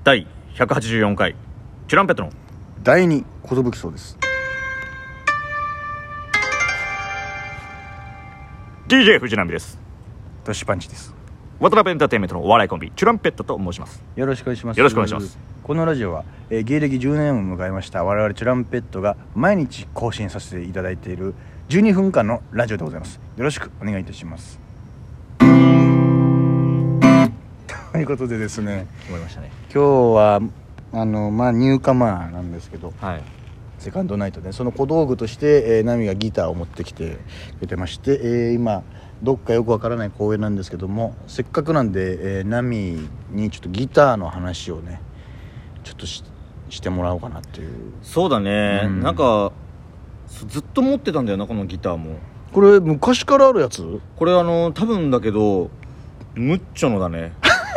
第184回チュランペットの第二寿そうです。 DJ 藤波です。 トシパンチです。 渡辺エンターテインメントのお笑いコンビチュランペットと申します。 よろしくお願いします。 よろしくお願いします。 このラジオは、芸歴10年を迎えました我々チュランペットが毎日更新させていただいている12分間のラジオでございます。よろしくお願いいたします。ということでですね、 思いましたね。 今日はニューカマーなんですけど、 はい。 セカンドナイトでその小道具として、ナミがギターを持ってきてくれてまして、今どっかよくわからない公園なんですけども、せっかくなんで、ナミにちょっとギターの話をねちょっとしてもらおうかなっていう。 そうだね、なんかずっと持ってたんだよな、このギターも。 これ昔からあるやつ？ これ多分だけどムッチョのだね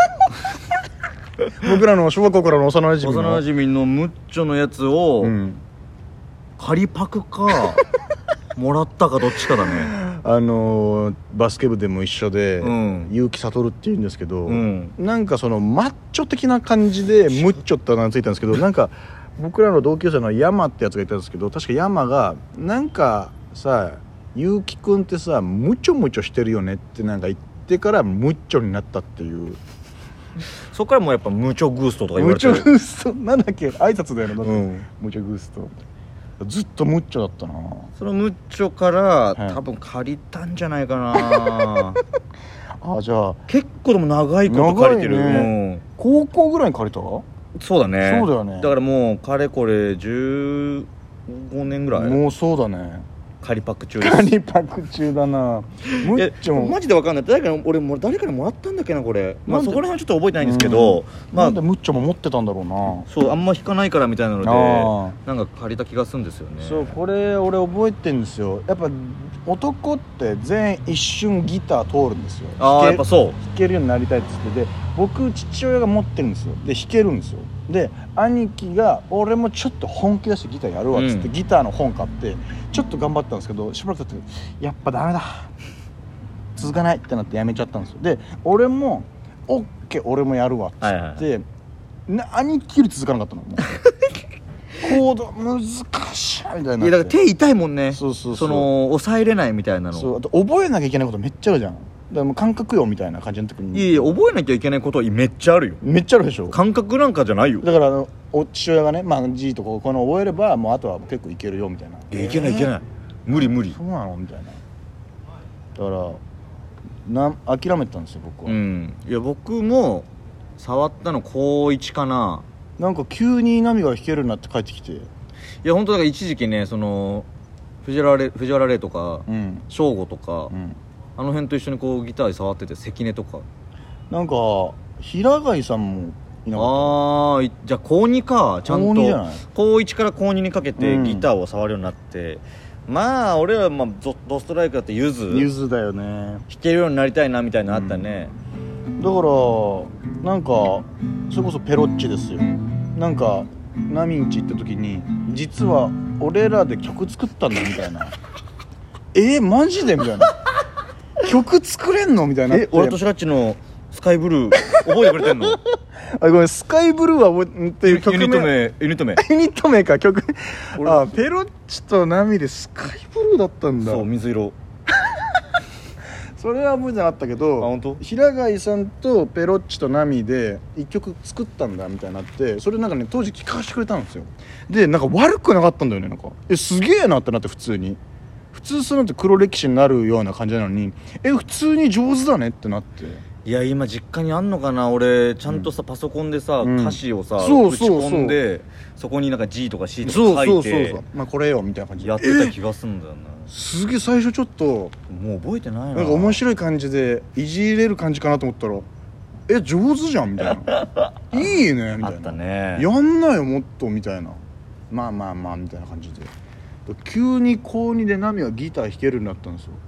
僕らの小学校からの幼馴染の幼馴染のムッチョのやつを、仮パクかもらったかどっちかだね。 バスケ部でも一緒で、結城悟っていうんですけど、なんかそのマッチョ的な感じでムッチョって名がついたんですけどなんか僕らの同級生のヤマってやつがいたんですけど、確かヤマがなんかさ、結城くんってさムチョムチョしてるよねってなんか言ってからムッチョになったっていう。 そっからもうやっぱムチョグーストとか言われてる。 ムチョグーストなんだっけ、挨拶だよね、ムチョグースト。ずっとムッチョだったな。 そのムッチョから、多分借りたんじゃないかなあ、じゃあ結構でも長いこと借りてる、ね、 高校ぐらいに借りた？ そうだね。 そうだよね。 だからもうかれこれ15年ぐらいもうそうだね。 仮パク中です。 仮パク中だな。ムッチョもマジで分かんない。俺も誰からもらったんだっけなこれ。まあそこら辺はちょっと覚えてないんですけど、 なんでムッチョも持ってたんだろうな。 そう、あんま弾かないからみたいなのでなんか借りた気がするんですよね。 そう、これ俺覚えてるんですよ。やっぱ男って全員一瞬ギター通るんですよ。 ああ、やっぱそう。 弾けるようになりたいっつってで、僕父親が持ってるんですよ。で弾けるんですよ。で兄貴が俺もちょっと本気出してギターやるわっつって、ギターの本買ってちょっと頑張ったんですけど、しばらく経ってやっぱダメだ続かないってなってやめちゃったんですよ。で俺もオッケー俺もやるわっつって、兄貴より続かなかったのもうコード難しいみたいな。いやだから手痛いもんね。 そうその抑えれないみたいなの。 そう、あと覚えなきゃいけないことめっちゃあるじゃん。だからもう感覚よみたいな感じの時に。 いや覚えなきゃいけないことめっちゃあるよ。 めっちゃあるでしょ。 感覚なんかじゃないよ。だからお父親がね、G とこの覚えればもうあとは結構いけるよみたいな。 いけないいけない、無理そうなのみたいな。だから諦めてたんですよ僕は。 いや僕も触ったの高1かな。 なんか急に波が弾けるようになって帰ってきて。 いや本当だから一時期ね、その藤原玲とか翔吾とか、あの辺と一緒にこうギターで触ってて、関根とかなんか平貝さんもいなかった。 ああ、じゃあ高2か。ちゃんと高2じゃない？ 高1から高2にかけてギターを触るようになって、まあ俺はドストライクだってゆずだよね。 弾けるようになりたいなみたいなのあったね。 だからなんかそれこそペロッチですよ。なんかナミンチ行った時に実は俺らで曲作ったんだみたいなマジでみたいな曲作れんのみたいな。 俺とシュラッチのスカイブルー覚えてくれてんのあ、ごめん、スカイブルーは覚えっていう曲名、ユニット名か曲。あ、ペロッチとナミでスカイブルーだったんだ。 そう、水色それは覚えてなかったけど、 本当？ 平貝さんとペロッチとナミで一曲作ったんだみたいになって、それなんかね当時聴かせてくれたんですよ。でなんか悪くなかったんだよね。なんかすげえなってなって、普通そうなって黒歴史になるような感じなのに普通に上手だねってなって。 いや今実家にあんのかな。俺ちゃんとさ、パソコンでさ、歌詞をさ打ち込んで、そこになんか G とか C とか書いて、 まあこれよみたいな感じでやってた気がするんだよな。 すげえ最初ちょっともう覚えてないな。 なんか面白い感じでいじれる感じかなと思ったら上手じゃんみたいないいねみたいな。 あったね。 やんなよもっとみたいな。まあみたいな感じで急に高2でナミはギター弾けるようになったんですよ。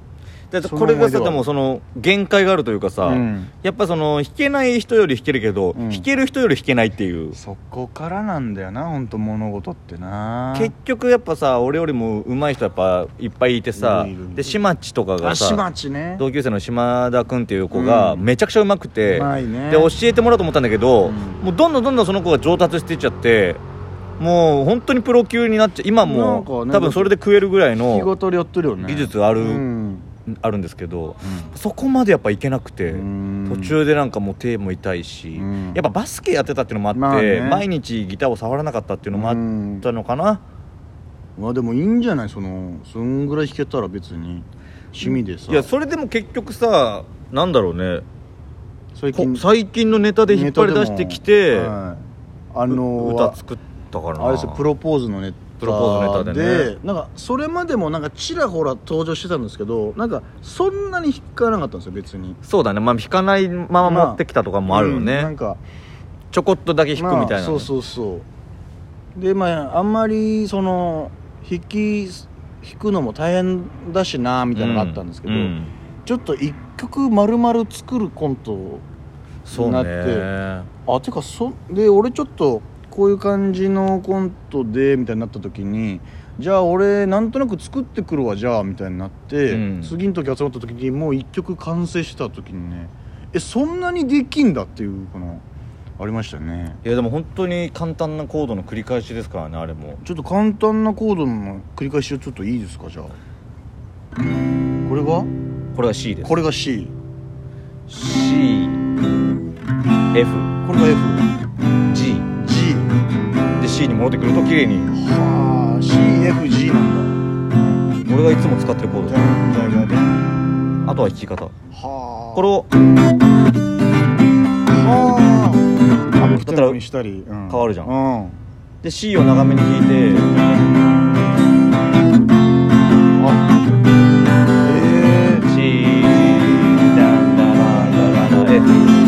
でこれがさでもその限界があるというかさ、やっぱその弾けない人より弾けるけど、弾ける人より弾けないっていう、 そこからなんだよな本当物事ってな。 結局やっぱさ俺よりも上手い人やっぱいっぱいいてさ、で島地とかがさ、 島地ね、 同級生の島田君っていう子がめちゃくちゃ上手くて、 うまいね、 で教えてもらおうと思ったんだけど、もうどんどんその子が上達していっちゃって、もう本当にプロ級になっちゃう。今もう多分それで食えるぐらいの技術あるんですけど、そこまでやっぱいけなくて、途中でなんかもう手も痛いし、やっぱバスケやってたっていうのもあって、毎日ギターを触らなかったっていうのもあったのかな。 まあでもいいんじゃない、そんぐらい弾けたら別に趣味でさ。 いやそれでも結局さ、なんだろうね、最近のネタで引っ張り出してきて、歌作ったからな。 あれですよ、プロポーズのネタでね、なんかそれまでもなんかちらほら登場してたんですけど、なんかそんなに弾かなかったんですよ別に。 そうだね、まあ弾かないまま持ってきたとかもあるよね、なんかちょこっとだけ弾くみたいな、 そうそうそうで、まああんまりその弾くのも大変だしなみたいなのがあったんですけど、ちょっと一曲丸々作るコントになって、あてかで俺ちょっとこういう感じのコントでみたいになった時に、じゃあ俺なんとなく作ってくるわじゃあみたいになって、次の時集まった時にもう一曲完成した時にね、そんなにできんだっていうこのありましたね。 いやでも本当に簡単なコードの繰り返しですからね、あれも。 ちょっと簡単なコードの繰り返しをちょっといいですか、じゃあ。これが C です。 これが C、 C F、 これが F、 G で C に戻ってくると綺麗に。 はあ CFG なんだ。俺がいつも使ってるコードだ。あとは弾き方。 はあ、 これをだったらしたり変わるじゃん、で C を長めに弾いて、C ダンダランダララ F、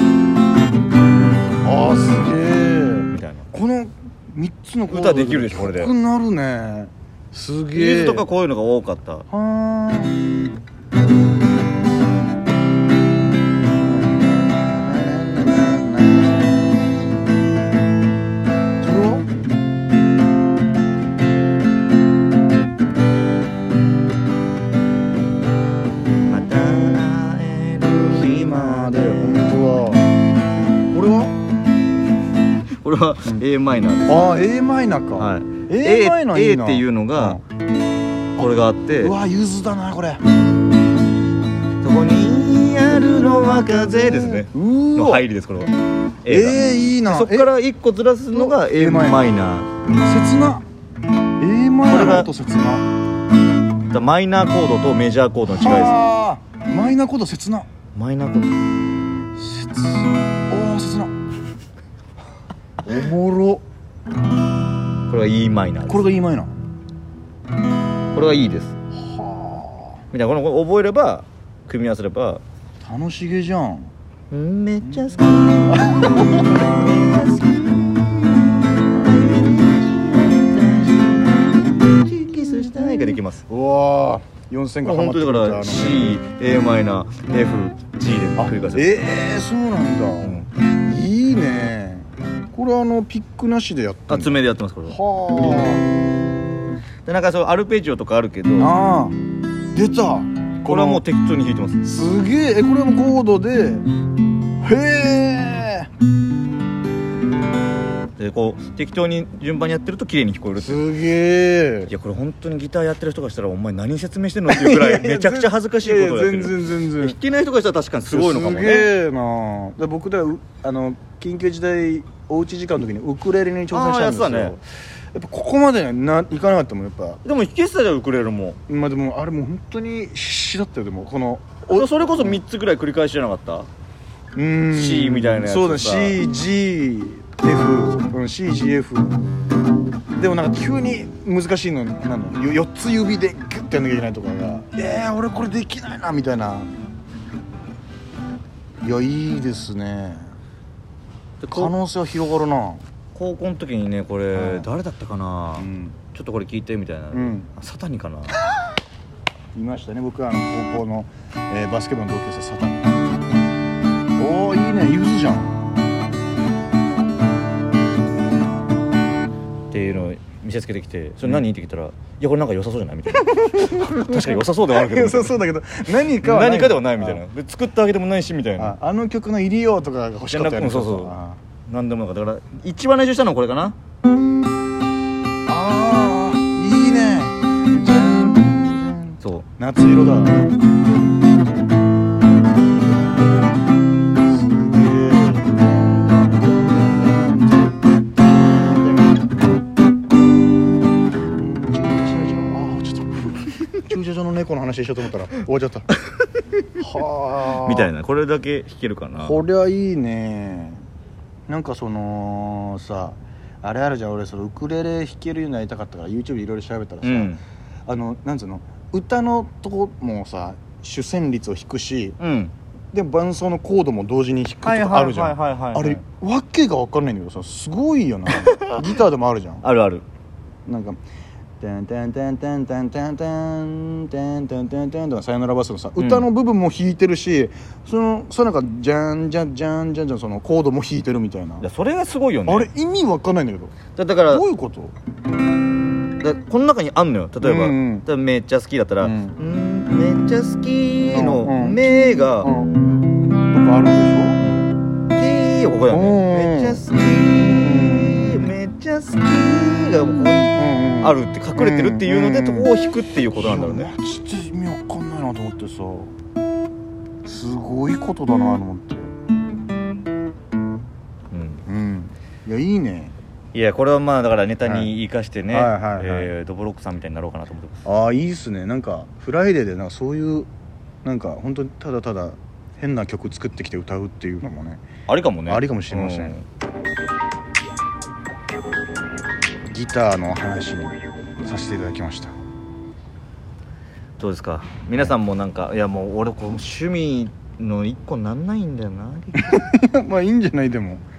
すげえみたいな。 この3つのコード歌できるでしょこれで。 曲になるね、すげえ。 ビーズとかこういうのが多かった。これは A マイナーです。 ああ A マイナーか、 はい、 A マイナーいいな。 A っていうのがこれがあって、 うわゆずだなこれ。 そこにあるのは風ですねの入りです、これは。 いいな。 そこから1個ずらすのが A マイナー。 切な。 A マイナーだと切な。 マイナーコードとメジャーコードの違いですね。 マイナーコード切な。 マイナーコード切な。おもろ。 これは E マイナーです。 これが E マイナー。これが E です。はあ。みたいな、これ覚えれば組み合わせれば楽しげじゃん。 めっちゃ好き。キスしたいができます。 うわー4000がハマってる。 本当だから C、A マイナー、F、G で繰り返す。 そうなんだ、いいね。これピックなしでやってる。 爪でやってますこれは。でなんかそうアルペジオとかあるけど、 出た。 これはもう適当に弾いてます。 すげえ。これもコードで、へえ。 でこう適当に順番にやってると綺麗に聞こえる。 すげえ。 いやこれ本当にギターやってる人がしたらお前何説明してんのっていうくらいめちゃくちゃ恥ずかしいことをやってる。 全然弾けない人がしたら確かにすごいのかもね。 すげえな。で僕で緊急事態おうち時間の時にウクレレに挑戦したんですよ。やっぱここまでいかなかったもん。やっぱでも弾けてたじゃんウクレレも。 まあでもあれもう本当に必死だったよ。でもそれこそ3つぐらい繰り返しじゃなかった？C みたいなやつ。 そうだ CGF、CGF でもなんか急に難しいのなの。4つ指でグッてやんなきゃいけないとかが、俺これできないなみたいな。いやいいですね。可能性は広がるな。 高校の時にねこれ誰だったかな、ちょっとこれ聞いてみたいな、サタニかないましたね。僕は高校の、バスケ部の同級生サタン。おおいいね、ユズじゃんっていうのを見せつけてきて、それ何って聞いたら、いやこれなんか良さそうじゃないみたいな確かに良さそうではあるけど良さそうだけど何かではないみたいな、 で作ったわけでもないしみたいな、 あの曲の入りようとかが欲しかったよね。 そうそうなんでもなかったから、一番練習したのはこれかな。 ああいいね、 そう夏色だ。駐車場の猫の話しようと思ったら終わっちゃったはあみたいな、これだけ弾けるかな。 こりゃいいね。なんかそのさ、あれあるじゃん、俺そのウクレレ弾けるようになりたかったから YouTube いろいろ調べたらさ、なんつうの、歌のとこもさ主旋律を弾くし、で伴奏のコードも同時に弾くとかあるじゃん。あれわけが分かんないんだけどさ、すごいよなギターでもあるじゃん。 あるある。 なんかテンテンテンテンテンテンテンテンテンテンテンとかさよならバスのさ、歌の部分も弾いてるし、そなんかジャンジャンジャンジャンジャンそのコードも弾いてるみたいな。 いやそれがすごいよね。 あれ意味わかんないんだけど。 だからどういうこと？ この中にあんのよ。例えば、めっちゃ好きだったら、めっちゃ好きのめがとかあるでしょ。ここやね。めっちゃ好き、めっちゃ好きがここにあるって隠れてるっていうので、ここを弾くっていうことなんだろうね。 マジで意味わかんないなと思ってさ、すごいことだなと思って。いやいいね。 いやこれはまあだからネタに生かしてね、ドボロックさんみたいになろうかなと思ってます。 ああいいっすね。なんかフライデーでなんかそういうなんか本当にただただ変な曲作ってきて歌うっていうのもね、 ありかもね。 ありかもしれません。ギターの話にさせていただきました。 どうですか皆さんも。なんかいやもう俺こう趣味の一個なんないんだよなまあいいんじゃない。でも